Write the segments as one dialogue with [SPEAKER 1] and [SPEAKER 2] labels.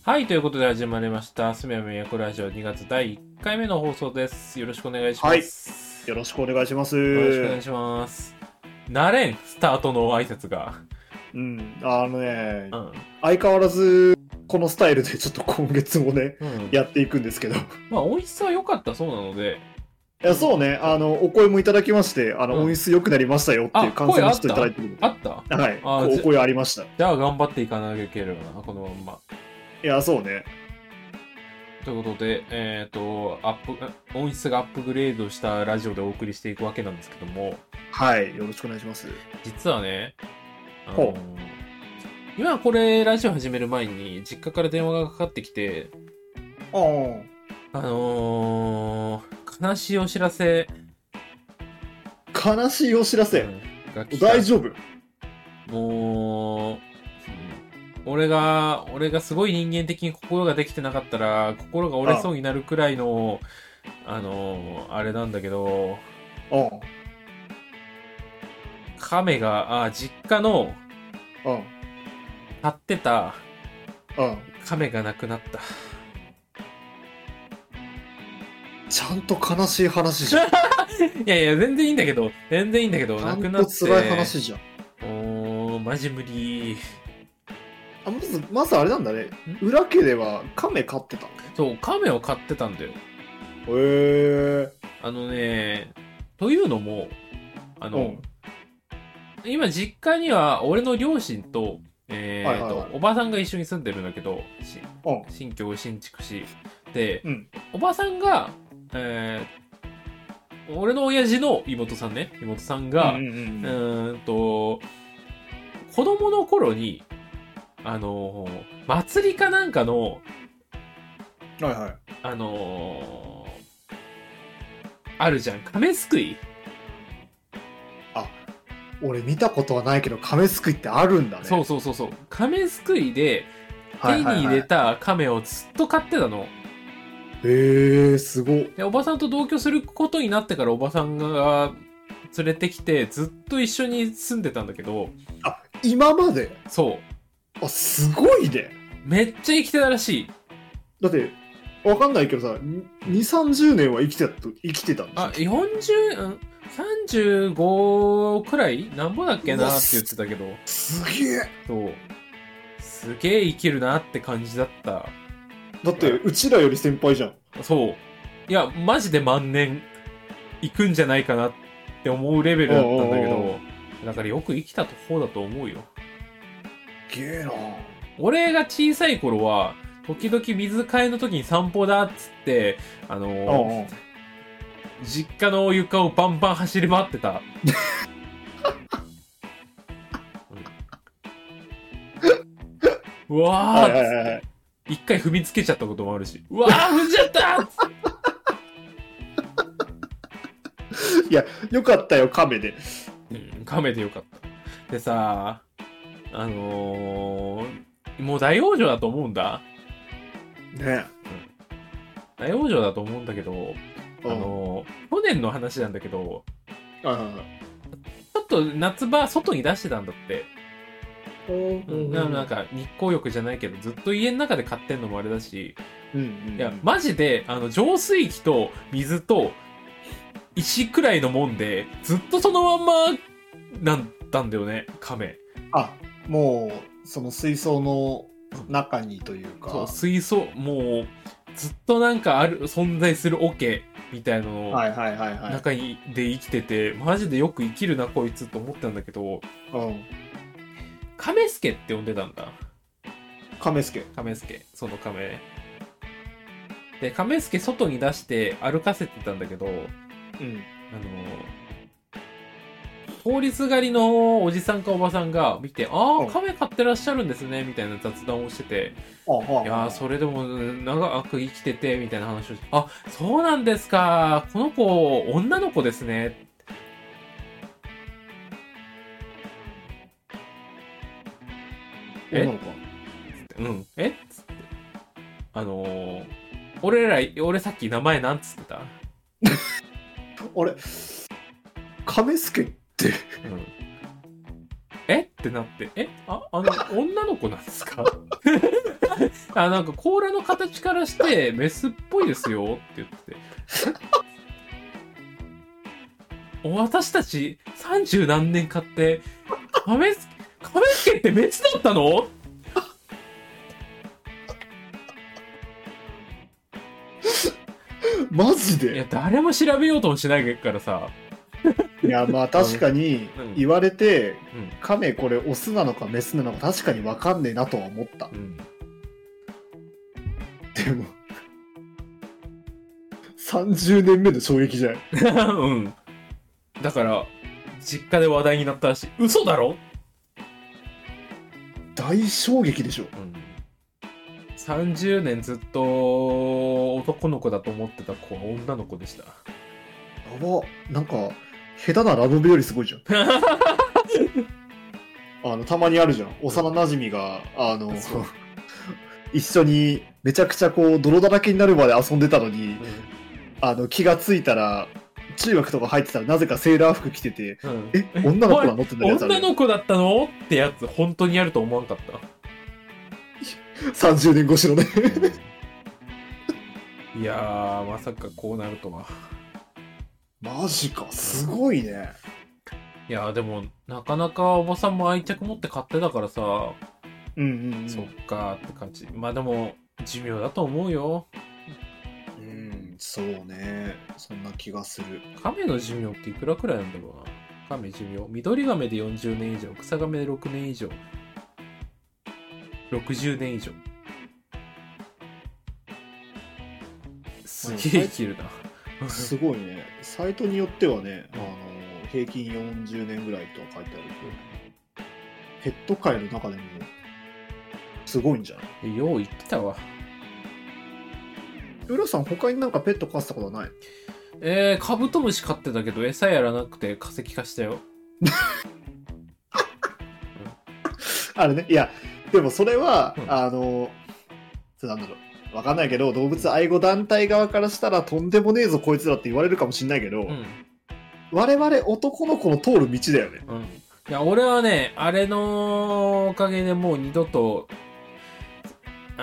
[SPEAKER 1] はい、ということで始まりました。すめめやこラジオ2月第1回目の放送です。よろしくお願いしま
[SPEAKER 2] はい。
[SPEAKER 1] す。
[SPEAKER 2] よろしくお願いします。
[SPEAKER 1] よろしくお願いします。慣れん、スタートの挨拶が。
[SPEAKER 2] うん。
[SPEAKER 1] うん。
[SPEAKER 2] 相変わらず、このスタイルでちょっと今月もね、
[SPEAKER 1] うん。
[SPEAKER 2] やっていくんですけど。い
[SPEAKER 1] まあ、音質は良かったそうなので。
[SPEAKER 2] や、そうね、お声もいただきまして、
[SPEAKER 1] うん
[SPEAKER 2] 音質良くなりましたよっていう感想もちょっといただいてるので。
[SPEAKER 1] あった
[SPEAKER 2] はい。
[SPEAKER 1] あ
[SPEAKER 2] お声ありました。
[SPEAKER 1] じゃあ頑張っていかなきゃいけないな、このまんま。
[SPEAKER 2] いや、そうね。
[SPEAKER 1] ということで、音質がアップグレードしたラジオでお送りしていくわけなんですけども、
[SPEAKER 2] はい。よろしくお願いします。
[SPEAKER 1] 実はね、
[SPEAKER 2] ほう
[SPEAKER 1] 今これラジオ始める前に実家から電話がかかってきて、
[SPEAKER 2] あ
[SPEAKER 1] 悲しいお知らせ、
[SPEAKER 2] あ。悲しいお知らせ。
[SPEAKER 1] が来た。
[SPEAKER 2] 大丈夫？
[SPEAKER 1] もう、俺がすごい人間的に心ができてなかったら、心が折れそうになるくらいの、あれなんだけど、亀が、実家の、飼ってた、亀が亡くなった。
[SPEAKER 2] ちゃんと悲しい話じゃん。
[SPEAKER 1] いやいや、全然いいんだけど、亡くなって。
[SPEAKER 2] ちゃんと辛い話じゃん。
[SPEAKER 1] マジ無理。
[SPEAKER 2] まずあれなんだね。裏家では亀飼ってたのね。
[SPEAKER 1] そう、亀を飼ってたんだよ。
[SPEAKER 2] へ
[SPEAKER 1] というのも、今実家には俺の両親と、おばさんが一緒に住んでるんだけど、新居を新築し、で、おばさんが、俺の親父の妹さんが、子供の頃に、祭りかなんかの、あるじゃん、亀すくい。
[SPEAKER 2] 俺見たことはないけど、亀すくいってあるんだね。
[SPEAKER 1] そう。亀すくいで、手に入れた亀をずっと飼ってたの。
[SPEAKER 2] へー、すごっ。
[SPEAKER 1] で、おばさんと同居することになってからおばさんが連れてきて、ずっと一緒に住んでたんだけど。
[SPEAKER 2] 今まで？
[SPEAKER 1] そう。
[SPEAKER 2] すごいね。め
[SPEAKER 1] っちゃ生きてたらしい。
[SPEAKER 2] だって、わかんないけどさ、2、30年は生きてたんでしょ
[SPEAKER 1] 35くらいなんぼだっけなって言ってたけど。
[SPEAKER 2] すげえ。
[SPEAKER 1] そう。すげえ生きるなって感じだった。
[SPEAKER 2] だって、うちらより先輩じゃん。
[SPEAKER 1] そう。いや、マジで万年行くんじゃないかなって思うレベルだったんだけど、だからよく生きた方だと思うよ。
[SPEAKER 2] すげえな。
[SPEAKER 1] 俺が小さい頃は、時々水替えの時に散歩だっつって、実家の床をバンバン走り回ってた。うわー、一回踏みつけちゃったこともあるし、うわー踏んじゃった
[SPEAKER 2] いや、よかったよ、亀で。
[SPEAKER 1] 亀でよかった。でさ、もう大往生だと思うんだ。
[SPEAKER 2] ね。
[SPEAKER 1] 大往生だと思うんだけど、去年の話なんだけど、ちょっと夏場外に出してたんだって。なんか日光浴じゃないけどずっと家の中で飼ってんのもあれだし、いやマジで浄水器と水と石くらいのもんでずっとそのまんまなんだんだよね、亀。
[SPEAKER 2] もうその水槽の中にというか、
[SPEAKER 1] そう、水槽、もうずっとなんか存在する桶みたいなの中にで生きてて、マジでよく生きるなこいつと思ったんだけど、亀助って呼んでたんだ。亀助、その亀。で、亀助外に出して歩かせてたんだけど、通りすがりのおじさんかおばさんが見て、亀飼ってらっしゃるんですね、みたいな雑談をしてて、いやー、それでも長く生きてて、みたいな話をして、そうなんですか、この子、女の子ですね。えっつって。俺さっき名前なんつってた？
[SPEAKER 2] 俺、亀助って、
[SPEAKER 1] えってなって、女の子なんですか？ なんか甲羅の形からしてメスっぽいですよって言ってて。私たち30何年買ってカメスケってメスだったの？
[SPEAKER 2] マジで？
[SPEAKER 1] いや、誰も調べようともしないからさ。
[SPEAKER 2] いや、まあ確かに言われて、
[SPEAKER 1] うん、
[SPEAKER 2] カメこれオスなのかメスなのか確かに分かんねえなとは思った。うん、でも、30年目で衝撃じゃん。
[SPEAKER 1] うん。だから、実家で話題になったらしい。嘘だろ？
[SPEAKER 2] 大衝撃でしょ。うん、
[SPEAKER 1] 30年ずっと男の子だと思ってた子は女の子でした。や
[SPEAKER 2] ば、なんか、下手なラブベよりすごいじゃん。たまにあるじゃん。幼馴染が、一緒にめちゃくちゃこう、泥だらけになるまで遊んでたのに、気がついたら、中学とか入ってたらなぜかセーラー服着てて、女の子なのってなるやつある。
[SPEAKER 1] 女の子だったのってやつ、本当にやると思わんかった。
[SPEAKER 2] 30年越しのね
[SPEAKER 1] いやー、まさかこうなるとは。
[SPEAKER 2] マジか、すごいね。
[SPEAKER 1] いやー、でも、なかなかおばさんも愛着持って買ってたからさ、
[SPEAKER 2] うんうんうん、
[SPEAKER 1] そっかーって感じ。まあでも、寿命だと思うよ。
[SPEAKER 2] そうね。そんな気がする。
[SPEAKER 1] 亀の寿命っていくらくらいなんだろうな。亀寿命。緑亀で40年以上、草亀で6年以上。60年以上。すげえ生きる
[SPEAKER 2] な。すごいね。サイトによってはね、平均40年ぐらいとは書いてあるけど、ペット界の中でもすごいんじゃない？
[SPEAKER 1] よう言ってたわ。
[SPEAKER 2] 浦さん、他になんかペット飼ってたことない？
[SPEAKER 1] カブトムシ飼ってたけど餌やらなくて化石化したよ。
[SPEAKER 2] あれね、いやでもそれは、なんだろう、わかんないけど、動物愛護団体側からしたらとんでもねえぞこいつらって言われるかもしんないけど、我々男の子の通る道だよね。
[SPEAKER 1] いや、俺はね、あれのおかげでもう二度とペ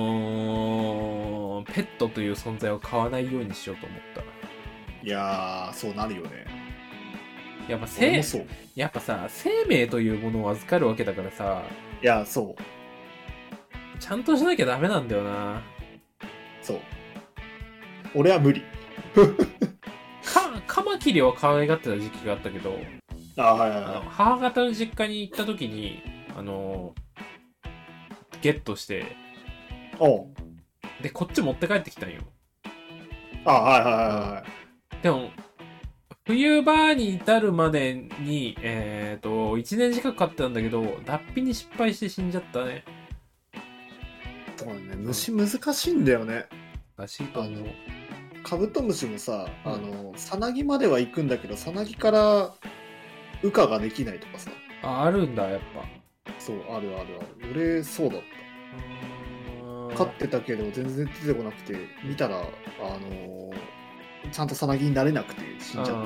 [SPEAKER 1] ットという存在を買わないようにしようと思った。
[SPEAKER 2] いやー、そうなるよね。
[SPEAKER 1] やっぱさ、生命というものを預かるわけだからさ。
[SPEAKER 2] いや、そう。
[SPEAKER 1] ちゃんとしなきゃダメなんだよな。
[SPEAKER 2] そう。俺は無理。
[SPEAKER 1] カマキリを可愛がってた時期があったけど、
[SPEAKER 2] はいはいはい。
[SPEAKER 1] 母方の実家に行った時に、ゲットして、で、こっち持って帰ってきたんよ。
[SPEAKER 2] はいはいはい。
[SPEAKER 1] でも、冬場に至るまでに、1年近く飼ってたんだけど、脱皮に失敗して死んじゃったね。
[SPEAKER 2] そうね、虫難しいんだよね。
[SPEAKER 1] 難しいと思う。
[SPEAKER 2] カブトムシもさ、さなぎまでは行くんだけど、さなぎから羽化ができないとかさ。
[SPEAKER 1] あるんだ、やっぱ。
[SPEAKER 2] そう、ある。俺、そうだった。飼ってたけど、全然出てこなくて、見たら、ちゃんとさなぎになれなくて死んじゃった。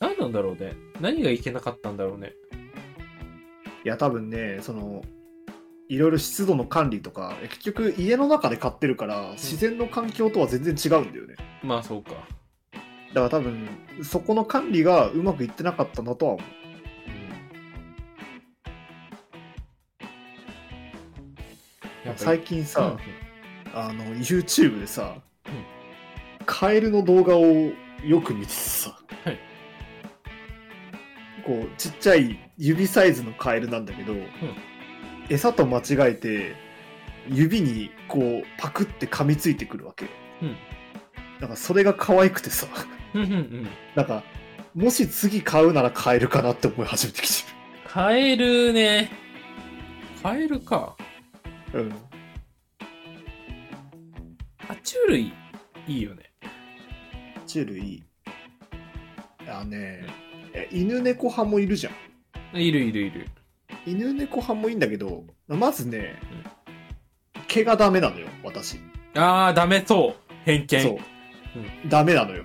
[SPEAKER 1] 何なんだろうね。何がいけなかったんだろうね。
[SPEAKER 2] いや、多分ね、いろいろ湿度の管理とか、結局家の中で飼ってるから、自然の環境とは全然違うんだよね。
[SPEAKER 1] まあそうか。
[SPEAKER 2] だから多分、そこの管理がうまくいってなかったんだとは思う。最近さ、YouTube でさ、カエルの動画をよく見ててさ、こうちっちゃい指サイズのカエルなんだけど、餌と間違えて指にこうパクって噛みついてくるわけ。なんかそれが可愛くてさ、なんかもし次買うならカエルかなって思い始めてきてる。
[SPEAKER 1] カエルね。カエルか。爬虫類いいよね。
[SPEAKER 2] 爬虫類いい。犬猫派もいるじゃん。
[SPEAKER 1] いる。
[SPEAKER 2] 犬猫派もいいんだけど、まずね、毛がダメなのよ、私。
[SPEAKER 1] ダメそう。偏見。
[SPEAKER 2] そう。ダメなのよ。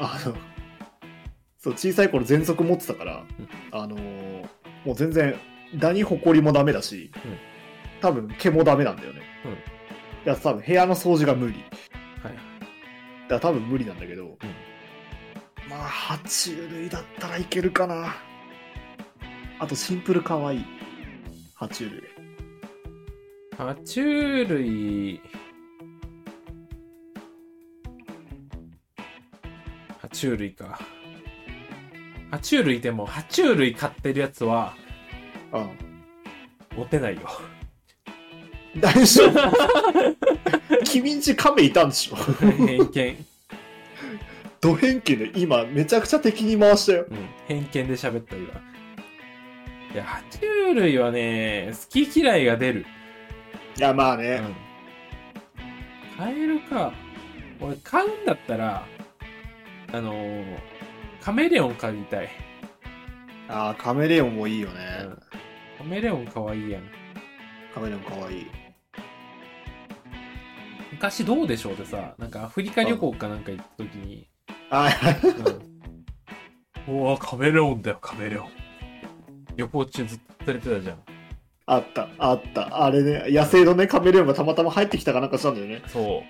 [SPEAKER 2] そう、小さい頃喘息持ってたから、もう全然、ダニホコリもダメだし、 多分毛もダメなんだよね。
[SPEAKER 1] うん。
[SPEAKER 2] いや、多分部屋の掃除が無理。
[SPEAKER 1] はい。
[SPEAKER 2] だから多分無理なんだけど、まあ、爬虫類だったらいけるかな。あとシンプル可愛い。爬虫類。
[SPEAKER 1] 爬虫類。爬虫類か。爬虫類でも、爬虫類飼ってるやつは、
[SPEAKER 2] うん。
[SPEAKER 1] モテないよ。
[SPEAKER 2] 大丈夫君んち亀いたんでしょ
[SPEAKER 1] 偏見。
[SPEAKER 2] ド偏見で今めちゃくちゃ敵に回したよ。
[SPEAKER 1] うん。偏見で喋った今。いや、爬虫類はね、好き嫌いが出る。
[SPEAKER 2] いや、まあね。
[SPEAKER 1] カエルか。俺買うんだったら、カメレオン飼いたい。
[SPEAKER 2] ああ、カメレオンもいいよね。
[SPEAKER 1] カメレオンかわいいやん。
[SPEAKER 2] カメレオンかわいい。
[SPEAKER 1] 昔どうでしょうでさ、なんかアフリカ旅行かなんか行った時に、おー、カメレオンだよ、カメレオン。旅行中ずっと連れてたじゃん。
[SPEAKER 2] あった、あった。あれね、野生のね、カメレオンがたまたま入ってきたかなんかしたんだよね。
[SPEAKER 1] そう。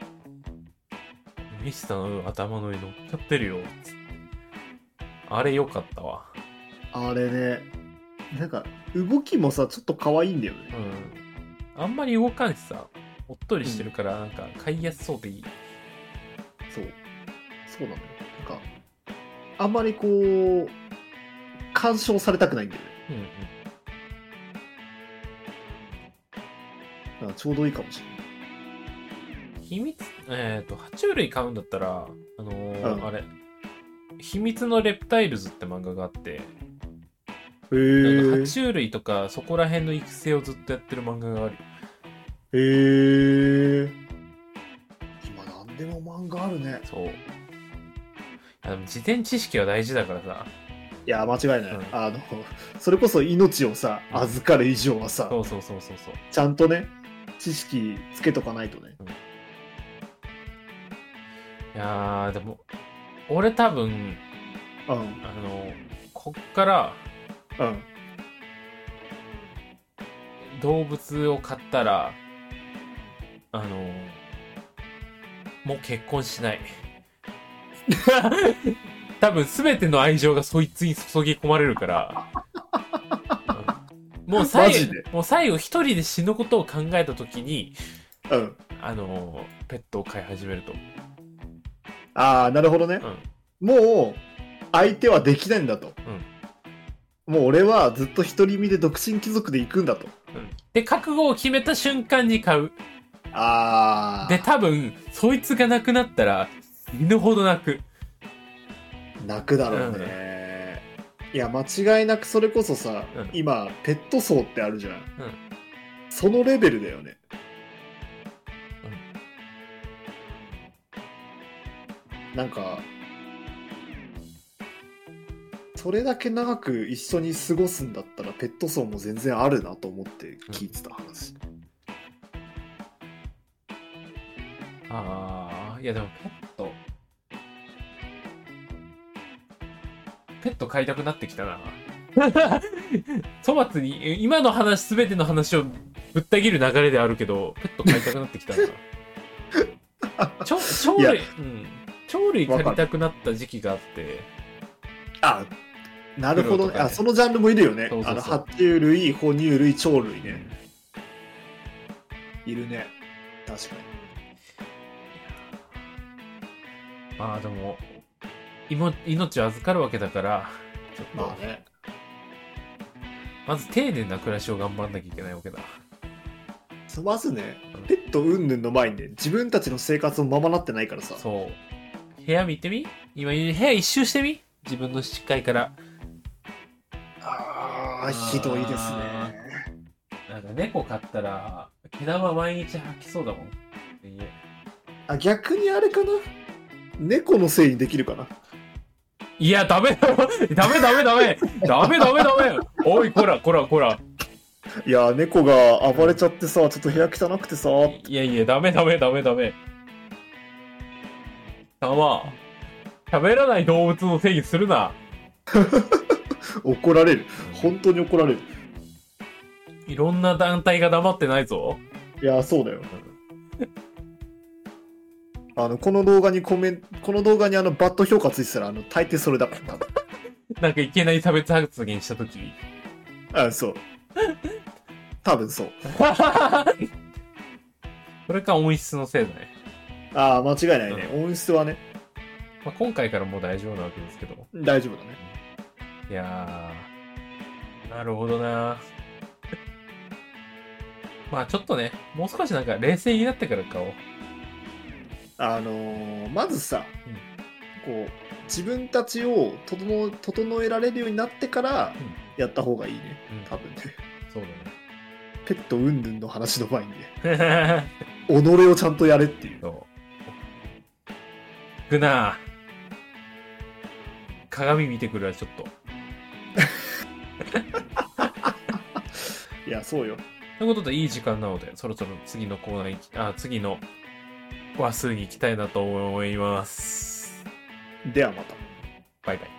[SPEAKER 1] ミスターの頭の上乗っちゃってるよ。あれ良かったわ。
[SPEAKER 2] あれね、なんか、動きもさ、ちょっと可愛いんだよね。
[SPEAKER 1] うん。あんまり動かんしさ、おっとりしてるから、なんか、飼いやすそうでいい。
[SPEAKER 2] そう。そうなのよ。なんか、あんまりこう、干渉されたくないんだよね。
[SPEAKER 1] うんうん。
[SPEAKER 2] だからちょうどいいかもしれない。
[SPEAKER 1] 爬虫類買うんだったら、あれ、秘密のレプタイルズって漫画があって、なんか爬虫類とかそこら辺の育成をずっとやってる漫画があるよ。
[SPEAKER 2] 今何でも漫画あるね。
[SPEAKER 1] そう。でも事前知識は大事だからさ。
[SPEAKER 2] いや、間違いない。それこそ命をさ、預かる以上はさ、
[SPEAKER 1] そう。
[SPEAKER 2] ちゃんとね、知識つけとかないとね。
[SPEAKER 1] いやー、でも、俺多分、こっから、動物を飼ったら、もう結婚しない。多分全ての愛情がそいつに注ぎ込まれるから、もう最後一人で死ぬことを考えたときに、ペットを飼い始めると。
[SPEAKER 2] ああ、なるほどね。もう、相手はできないんだと。もう俺はずっと独り身で独身貴族で行くんだと。
[SPEAKER 1] で、覚悟を決めた瞬間に買う。で、多分、そいつが亡くなったら、死ぬほど泣く。
[SPEAKER 2] 泣くだろうね。いや、間違いなくそれこそさ、今、ペット層ってあるじゃん。そのレベルだよね。なんか、それだけ長く一緒に過ごすんだったらペット層も全然あるなと思って聞いてた話。
[SPEAKER 1] いやでもペット飼いたくなってきたな。粗末に今の話全ての話をぶった切る流れであるけど、ペット飼いたくなってきたな。鳥類飼いたくなった時期があって。
[SPEAKER 2] なるほどね。そのジャンルもいるよね。爬虫類、哺乳類、鳥類ね。いるね。確か
[SPEAKER 1] に。でも、命を預かるわけだから、ちょっと。
[SPEAKER 2] まあね。
[SPEAKER 1] まず丁寧な暮らしを頑張らなきゃいけないわけだ。
[SPEAKER 2] まずね、ペット云々の前にね、自分たちの生活をままなってないからさ。
[SPEAKER 1] そう。部屋見てみ？今、部屋一周してみ？自分の視界から。
[SPEAKER 2] ひどいですね。
[SPEAKER 1] なんか猫飼ったら毛玉毎日吐きそうだもん。
[SPEAKER 2] 逆にあれかな、猫のせいにできるかな。
[SPEAKER 1] いや、ダメだよ。ダメ。おい、こら。
[SPEAKER 2] いや、猫が暴れちゃってさ、ちょっと部屋汚くてさ。
[SPEAKER 1] いや、ダメ。喋らない動物のせいにするな。
[SPEAKER 2] 怒られる。本当に怒られる。
[SPEAKER 1] いろんな団体が黙ってないぞ。
[SPEAKER 2] いや、そうだよ。この動画にバッド評価ついてたら、大抵それだから、多分。
[SPEAKER 1] なんかいきなり差別発言したとき。
[SPEAKER 2] そう。多分そう。
[SPEAKER 1] それか音質のせいだね。
[SPEAKER 2] 間違いないね。音質はね。
[SPEAKER 1] まあ、今回からもう大丈夫なわけですけど。
[SPEAKER 2] 大丈夫だね。
[SPEAKER 1] いやー、なるほどな。まあちょっとね、もう少しなんか冷静になってから買おう。
[SPEAKER 2] まずさ、こう、自分たちを整えられるようになってからやった方がいいね。多分ね。
[SPEAKER 1] そうだね。
[SPEAKER 2] ペットうんぬんの話の前にね。己をちゃんとやれっていう。
[SPEAKER 1] そう。グナー。鏡見てくるわ、ちょっと。
[SPEAKER 2] いや、そうよ。
[SPEAKER 1] ということで、いい時間なので、そろそろ次のコーナー次の話数に行きたいなと思います。
[SPEAKER 2] ではまた。
[SPEAKER 1] バイバイ。